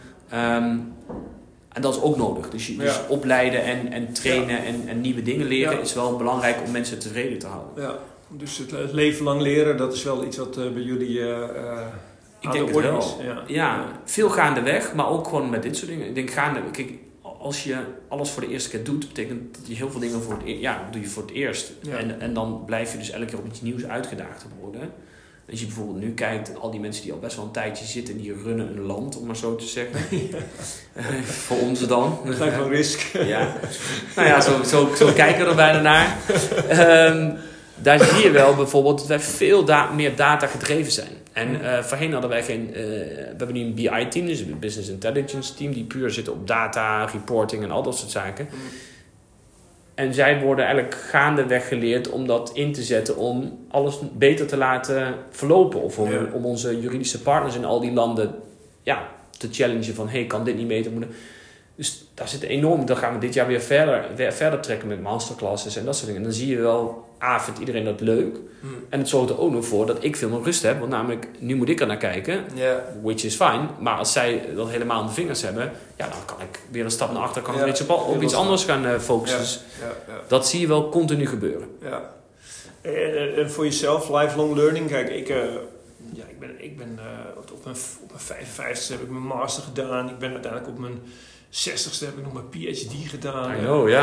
En dat is ook nodig. Dus opleiden en trainen en nieuwe dingen leren is wel belangrijk om mensen tevreden te houden. Ja, dus het leven lang leren, dat is wel iets wat bij jullie ik denk het wel. Is. Ja, veel gaandeweg, maar ook gewoon met dit soort dingen. Ik denk kijk, als je alles voor de eerste keer doet, betekent dat je heel veel dingen doe je voor het eerst. Ja. En dan blijf je dus elke keer op iets nieuws uitgedaagd worden. Als je bijvoorbeeld nu kijkt, al die mensen die al best wel een tijdje zitten, die runnen een land, om maar zo te zeggen. Voor ons dan. Dat lijkt wel risk. Ja. Nou ja, zo kijken we er bijna naar. Daar zie je wel bijvoorbeeld dat wij veel meer data gedreven zijn. En voorheen hadden wij we hebben nu een BI-team, dus een Business Intelligence team, die puur zitten op data, reporting en al dat soort zaken. En zij worden eigenlijk gaandeweg geleerd om dat in te zetten om alles beter te laten verlopen. Of om onze juridische partners in al die landen te challengen van kan dit niet beter moeten. Dus daar zit enorm, dan gaan we dit jaar weer verder trekken met masterclasses en dat soort dingen. En dan zie je wel, vindt iedereen dat leuk. En het zorgt er ook nog voor dat ik veel meer rust heb. Want namelijk, nu moet ik er naar kijken, which is fine. Maar als zij dat helemaal aan de vingers hebben, dan kan ik weer een stap naar achter, kan ik op iets anders gaan focussen. Dus dat zie je wel continu gebeuren. Ja. En voor jezelf, lifelong learning, kijk, ik ben op mijn 55ste heb ik mijn master gedaan. Ik ben uiteindelijk op mijn 60ste heb ik nog mijn PhD gedaan.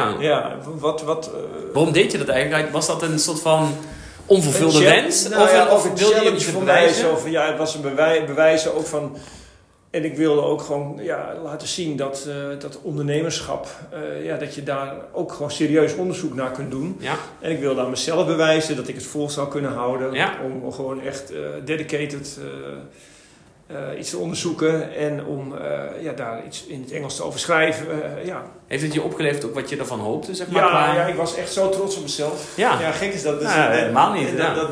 Waarom deed je dat eigenlijk? Was dat een soort van onvervulde wens? Of een challenge voor mij. Het was een bewijzen ook van. En ik wilde ook gewoon laten zien dat ondernemerschap, dat je daar ook gewoon serieus onderzoek naar kunt doen. Ja. En ik wilde aan mezelf bewijzen dat ik het vol zou kunnen houden. Ja. Om gewoon echt dedicated iets te onderzoeken en om daar iets in het Engels te over schrijven. Heeft het je opgeleverd ook wat je ervan hoopte, zeg maar? Ja, ik was echt zo trots op mezelf. Ja, gek is dat. Dus, helemaal niet.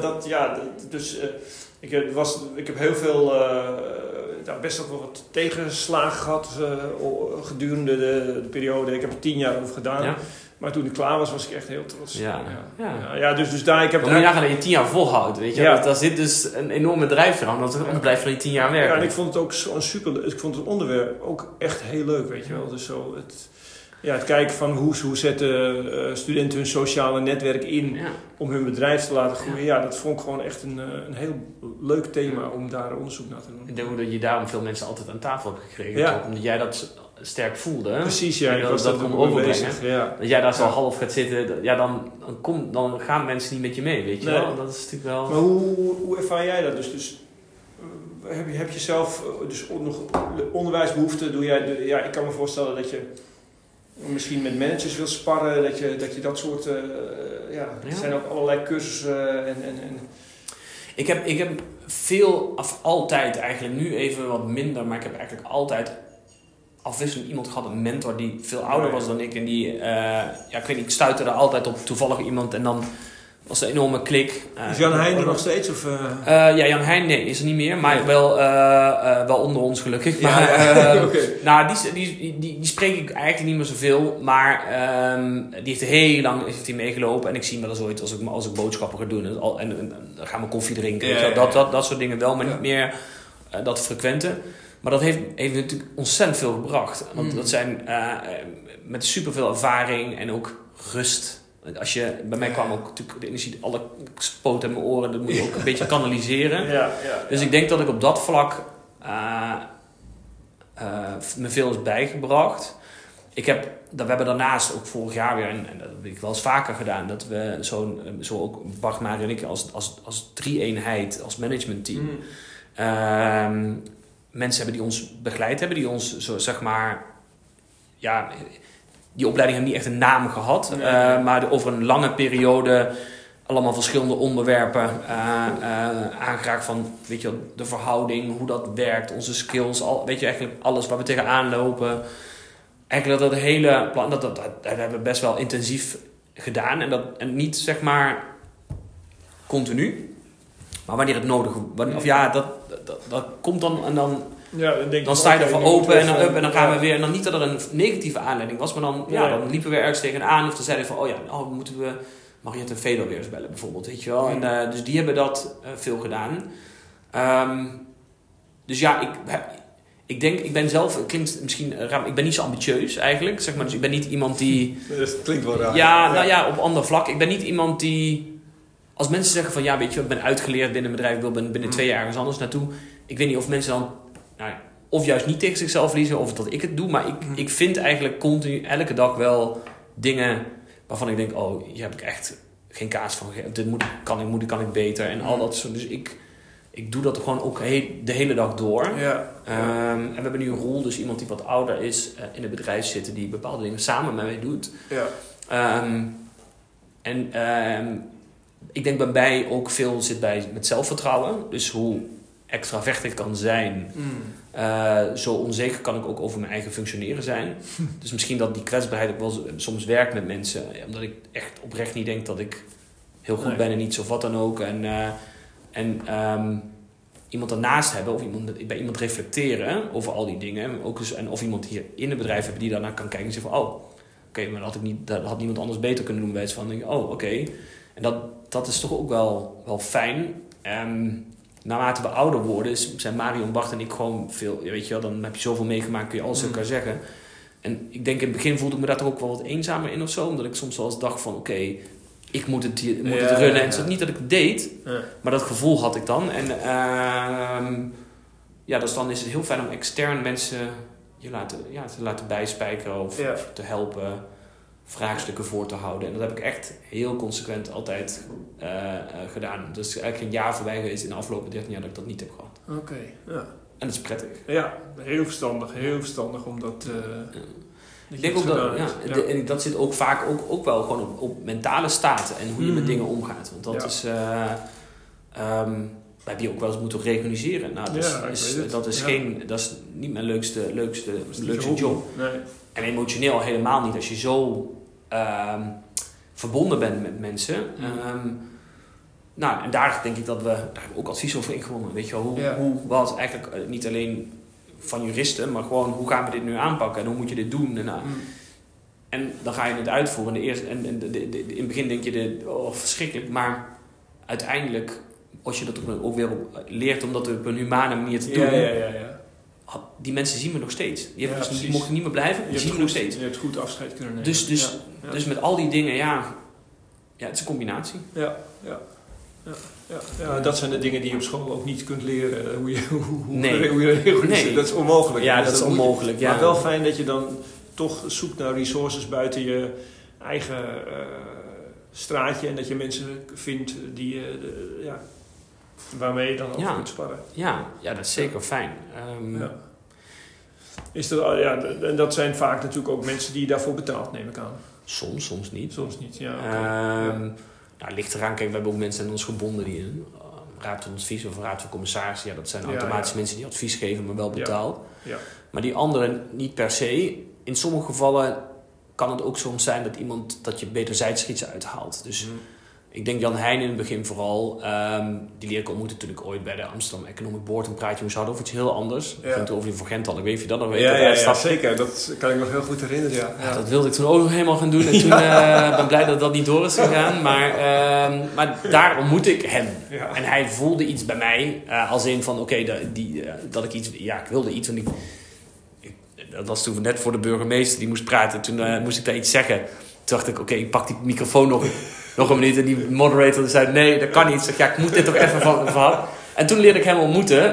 Ik heb heel veel, best ook wel wat tegenslagen gehad gedurende de periode. Ik heb er 10 jaar over gedaan. Ja. Maar toen ik klaar was ik echt heel trots. Dus daar... Ik heb moet je nagaan dat je 10 jaar volhoudt, weet je. Ja. Daar zit dus een enorme drijfveer aan. Want dan blijf je die 10 jaar werken. Ja, en ik vond het ook ik vond het onderwerp ook echt heel leuk, weet je wel. Dus zo het kijken van hoe zetten studenten hun sociale netwerk in om hun bedrijf te laten groeien. Ja, dat vond ik gewoon echt een heel leuk thema om daar onderzoek naar te doen. Ik denk dat je daarom veel mensen altijd aan tafel hebt gekregen. Ja. Omdat jij dat sterk voelde. Precies, ja. En dat kon overbrengen. Ja. Dat jij daar zo half gaat zitten, dan gaan mensen niet met je mee, weet je wel. Dat is natuurlijk wel... Maar hoe ervaar jij dat? Dus heb je zelf nog onderwijsbehoeften? Ik kan me voorstellen dat je misschien met managers wil sparren, dat je dat soort... Er zijn ook allerlei cursussen en... Ik heb altijd eigenlijk, nu even wat minder, maar ik heb eigenlijk altijd afwisselend iemand gehad, een mentor die veel ouder was dan ik. En die, ik weet niet, ik stuitte er altijd op toevallig iemand en dan was een enorme klik. Is Jan Heijn er nog steeds? Of, Jan Heijn, nee, is er niet meer. Maar wel onder ons gelukkig. Maar, nou, die spreek ik eigenlijk niet meer zoveel. Maar die heeft heel lang meegelopen. En ik zie hem wel eens ooit als ik boodschappen ga doen. En dan gaan we koffie drinken. Dat soort dingen wel, maar niet meer dat frequente. Maar dat heeft natuurlijk ontzettend veel gebracht. Want dat zijn met superveel ervaring en ook rust. Bij mij kwam ook natuurlijk de energie, alle spoot in mijn oren, dat moet je ook een beetje kanaliseren. Dus ik denk dat ik op dat vlak me veel is bijgebracht. We hebben daarnaast ook vorig jaar weer, en dat heb ik wel eens vaker gedaan, dat we zo ook Bart, Marie en ik als 3-eenheid, als managementteam, mensen hebben die ons begeleid hebben, die ons zo zeg maar, die opleiding hebben niet echt een naam gehad, maar over een lange periode allemaal verschillende onderwerpen aangeraakt van, weet je, de verhouding, hoe dat werkt, onze skills, weet je, eigenlijk alles waar we tegenaan lopen. Eigenlijk dat hele plan, dat hebben we best wel intensief gedaan en niet zeg maar continu, maar wanneer het nodig is. Dat komt dan en dan. Dan sta je er voor open en dan up en dan gaan we weer. En dan niet dat er een negatieve aanleiding was, maar dan liepen we ergens tegenaan. Of dan zeiden van, moeten we Mariette en Fedor weer eens bellen bijvoorbeeld, weet je wel. En, dus die hebben dat veel gedaan. Dus ik denk, ik ben zelf, het klinkt misschien raar, ik ben niet zo ambitieus eigenlijk. Zeg maar, dus ik ben niet iemand die... Dat klinkt wel raar. Op ander vlak. Ik ben niet iemand die... Als mensen zeggen van, weet je, ik ben uitgeleerd binnen een bedrijf, ik wil binnen 2 jaar ergens anders naartoe. Ik weet niet of mensen dan... of juist niet tegen zichzelf liezen, of dat ik het doe. Maar ik vind eigenlijk continu, elke dag wel dingen waarvan ik denk, hier heb ik echt geen kaas van gegeven. Dit kan ik beter en al dat soort. Dus ik doe dat gewoon ook de hele dag door. En we hebben nu een rol, dus iemand die wat ouder is in het bedrijf zitten, die bepaalde dingen samen met mij doet. Ik denk bij mij ook veel zit bij met zelfvertrouwen. Dus hoe extravertig kan zijn, zo onzeker kan ik ook over mijn eigen functioneren zijn. Dus misschien dat die kwetsbaarheid ook wel soms werkt met mensen, omdat ik echt oprecht niet denk dat ik heel goed ben en niet zo wat dan ook. Iemand ernaast hebben of bij iemand reflecteren over al die dingen. Ook eens, en of iemand hier in het bedrijf hebben die daarna kan kijken en zeggen van oké, maar dat had niemand anders beter kunnen doen. Bij van oké. En dat is toch ook wel fijn. Naarmate we ouder worden, zijn Marion, Bart en ik gewoon veel... weet je wel, dan heb je zoveel meegemaakt, kun je alles elkaar zeggen. En ik denk in het begin voelde ik me daar toch ook wel wat eenzamer in of zo. Omdat ik soms wel eens dacht van, ik moet het runnen. En het is niet dat ik het deed, maar dat gevoel had ik dan. En dus dan is het heel fijn om extern mensen te laten bijspijkeren of te helpen vraagstukken voor te houden. En dat heb ik echt heel consequent altijd gedaan. Dus eigenlijk een jaar voorbij geweest in de afgelopen 13 jaar dat ik dat niet heb gehad. Oké, ja. En dat is prettig. Ja, heel verstandig om dat... Ik denk ook en dat zit ook vaak ook wel gewoon op mentale staten en hoe je met dingen omgaat. Want dat is... heb je ook wel eens moeten organiseren. Nou, dat is niet mijn leukste job. Nee. En emotioneel helemaal niet. Als je zo verbonden bent met mensen. En daar denk ik dat daar hebben we ook advies over ingewonnen. Weet je wel, hoe wat eigenlijk niet alleen van juristen, maar gewoon hoe gaan we dit nu aanpakken en hoe moet je dit doen? En dan ga je het uitvoeren. In het begin denk je, verschrikkelijk, maar uiteindelijk, als je dat ook weer leert om dat op een humane manier te doen, die mensen zien me nog steeds. Die mochten niet meer blijven, die zien me nog steeds. Je hebt goed afscheid kunnen nemen. Dus met al die dingen, het is een combinatie. Ja, dat zijn de dingen die je op school ook niet kunt leren. Hoe je regelt. Dat is onmogelijk. Ja, dat is onmogelijk. Maar wel fijn dat je dan toch zoekt naar resources buiten je eigen straatje. En dat je mensen vindt die, waarmee je dan over kunt sparren. Ja, dat is zeker fijn. Is dat, en dat zijn vaak natuurlijk ook mensen die je daarvoor betaalt, neem ik aan. Soms niet. Soms niet, Nou, ligt eraan, kijk, we hebben ook mensen aan ons gebonden die een raad van advies of raad van commissarissen. Ja, dat zijn automatisch mensen die advies geven, maar wel betaald. Ja. Maar die anderen niet per se. In sommige gevallen kan het ook soms zijn dat je wederzijds iets uithaalt. Dus ik denk Jan Heijn in het begin vooral, die leer ik ontmoeten toen ik ooit bij de Amsterdam Economic Board een praatje moest houden over iets heel anders. Ja. Ging over die Vergental, ik weet of je dat nog weet. Ja, zeker. Dat kan ik nog heel goed herinneren, ja. Dat wilde ik toen ook nog helemaal gaan doen en toen ben blij dat dat niet door is gegaan. Maar daar ontmoette ik hem. Ja. En hij voelde iets bij mij, als in van dat ik iets, ik wilde iets. Want dat was toen net voor de burgemeester die moest praten. Toen moest ik daar iets zeggen. Toen dacht ik, ik pak die microfoon nog een minuut. En die moderator zei, nee, dat kan niet. Ik zeg, ik moet dit toch even van. En toen leerde ik hem ontmoeten.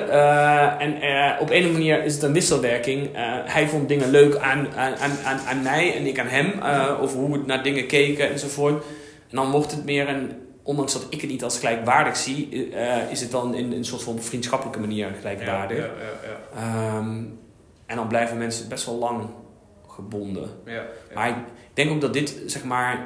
Op een manier is het een wisselwerking. Hij vond dingen leuk aan mij en ik aan hem. Over hoe we naar dingen keken enzovoort. En dan wordt het meer ondanks dat ik het niet als gelijkwaardig zie, is het wel in een soort van vriendschappelijke manier gelijkwaardig. Ja. En dan blijven mensen best wel lang gebonden. Ja. Maar ik denk ook dat dit, zeg maar,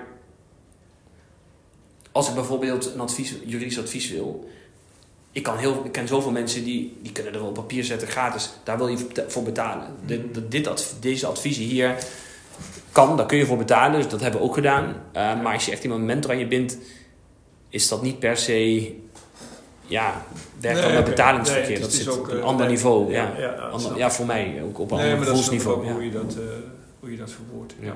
als ik bijvoorbeeld juridisch advies wil, ik ken zoveel mensen die kunnen er wel op papier zetten gratis. Daar wil je voor betalen. Deze adviezen hier daar kun je voor betalen. Dus dat hebben we ook gedaan. Maar als je echt iemand mentor aan je bindt, is dat niet per se werkt dan met betalingsverkeer. Dat zit op een ander niveau. Voor mij ook op een ander gevoelsniveau. Maar dat is ook hoe je dat verwoordt. Ja.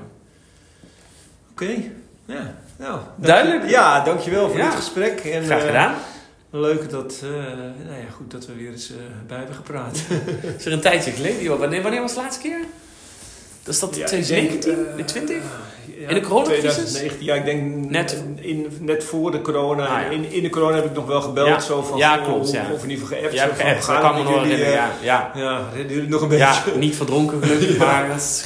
Oké. Ja. Nou, duidelijk. Ja, dankjewel voor dit gesprek. En, graag gedaan. Leuk dat, goed dat we weer eens bij hebben gepraat. Is er een tijdje geleden, joh. Wanneer was de laatste keer? Dat is dat 2019? 20? In de coronacrisis? 2019, ik denk net voor de corona. In de corona heb ik nog wel gebeld. Zo van, klopt. Of in ieder geval geappt. Ja, geappt. Dat kan me nog herinneren. Redden jullie nog een beetje? Ja, niet verdronken gelukkig, maar dat is...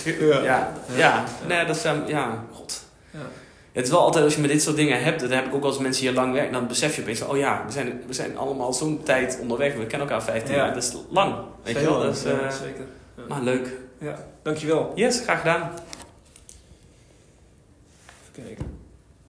Nee, dat is... god. Ja. Het is wel altijd, als je met dit soort dingen hebt, dat heb ik ook als mensen hier lang werken, dan besef je opeens van, we zijn allemaal zo'n tijd onderweg. We kennen elkaar 15 jaar, dat is lang. Weet je wel? Dat is, zeker. Ja. Maar leuk. Ja, dankjewel. Yes, graag gedaan. Even kijken.